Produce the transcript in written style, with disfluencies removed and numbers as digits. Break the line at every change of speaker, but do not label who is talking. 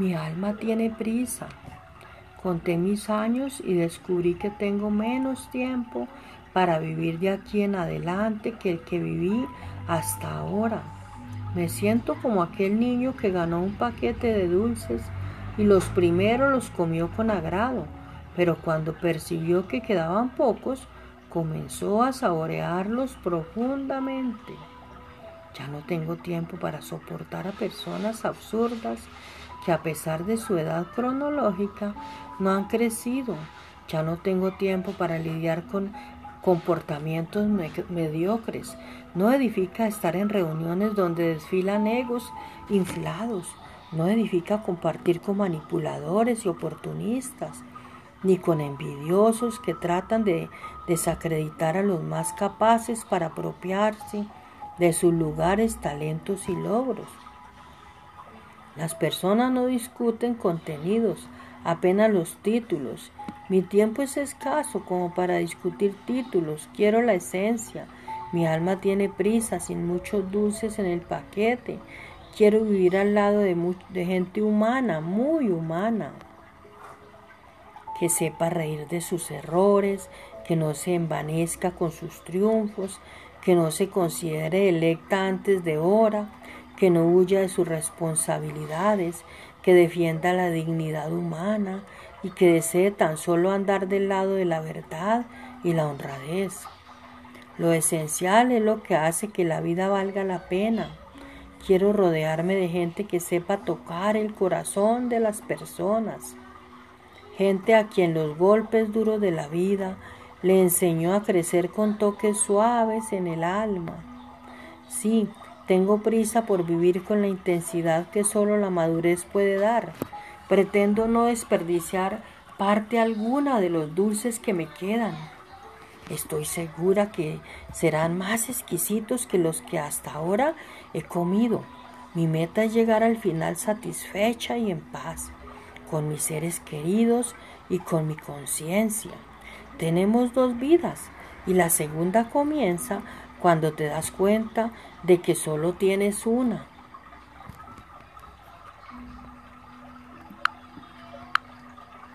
Mi alma tiene prisa. Conté mis años y descubrí que tengo menos tiempo para vivir de aquí en adelante que el que viví hasta ahora. Me siento como aquel niño que ganó un paquete de dulces y los primeros los comió con agrado, pero cuando percibió que quedaban pocos, comenzó a saborearlos profundamente. Ya no tengo tiempo para soportar a personas absurdas que a pesar de su edad cronológica no han crecido. Ya no tengo tiempo para lidiar con comportamientos mediocres. No edifica estar en reuniones donde desfilan egos inflados. No edifica compartir con manipuladores y oportunistas, ni con envidiosos que tratan de desacreditar a los más capaces para apropiarse de sus lugares, talentos y logros. Las personas no discuten contenidos, apenas los títulos. Mi tiempo es escaso como para discutir títulos, quiero la esencia. Mi alma tiene prisa, sin muchos dulces en el paquete. Quiero vivir al lado de gente humana, muy humana, que sepa reír de sus errores, que no se envanezca con sus triunfos, que no se considere electa antes de hora, que no huya de sus responsabilidades, que defienda la dignidad humana y que desee tan solo andar del lado de la verdad y la honradez. Lo esencial es lo que hace que la vida valga la pena. Quiero rodearme de gente que sepa tocar el corazón de las personas, gente a quien los golpes duros de la vida le enseñó a crecer con toques suaves en el alma. Sí, tengo prisa por vivir con la intensidad que solo la madurez puede dar. Pretendo no desperdiciar parte alguna de los dulces que me quedan. Estoy segura que serán más exquisitos que los que hasta ahora he comido. Mi meta es llegar al final satisfecha y en paz, con mis seres queridos y con mi conciencia. Tenemos 2 vidas y la segunda comienza cuando te das cuenta de que solo tienes una.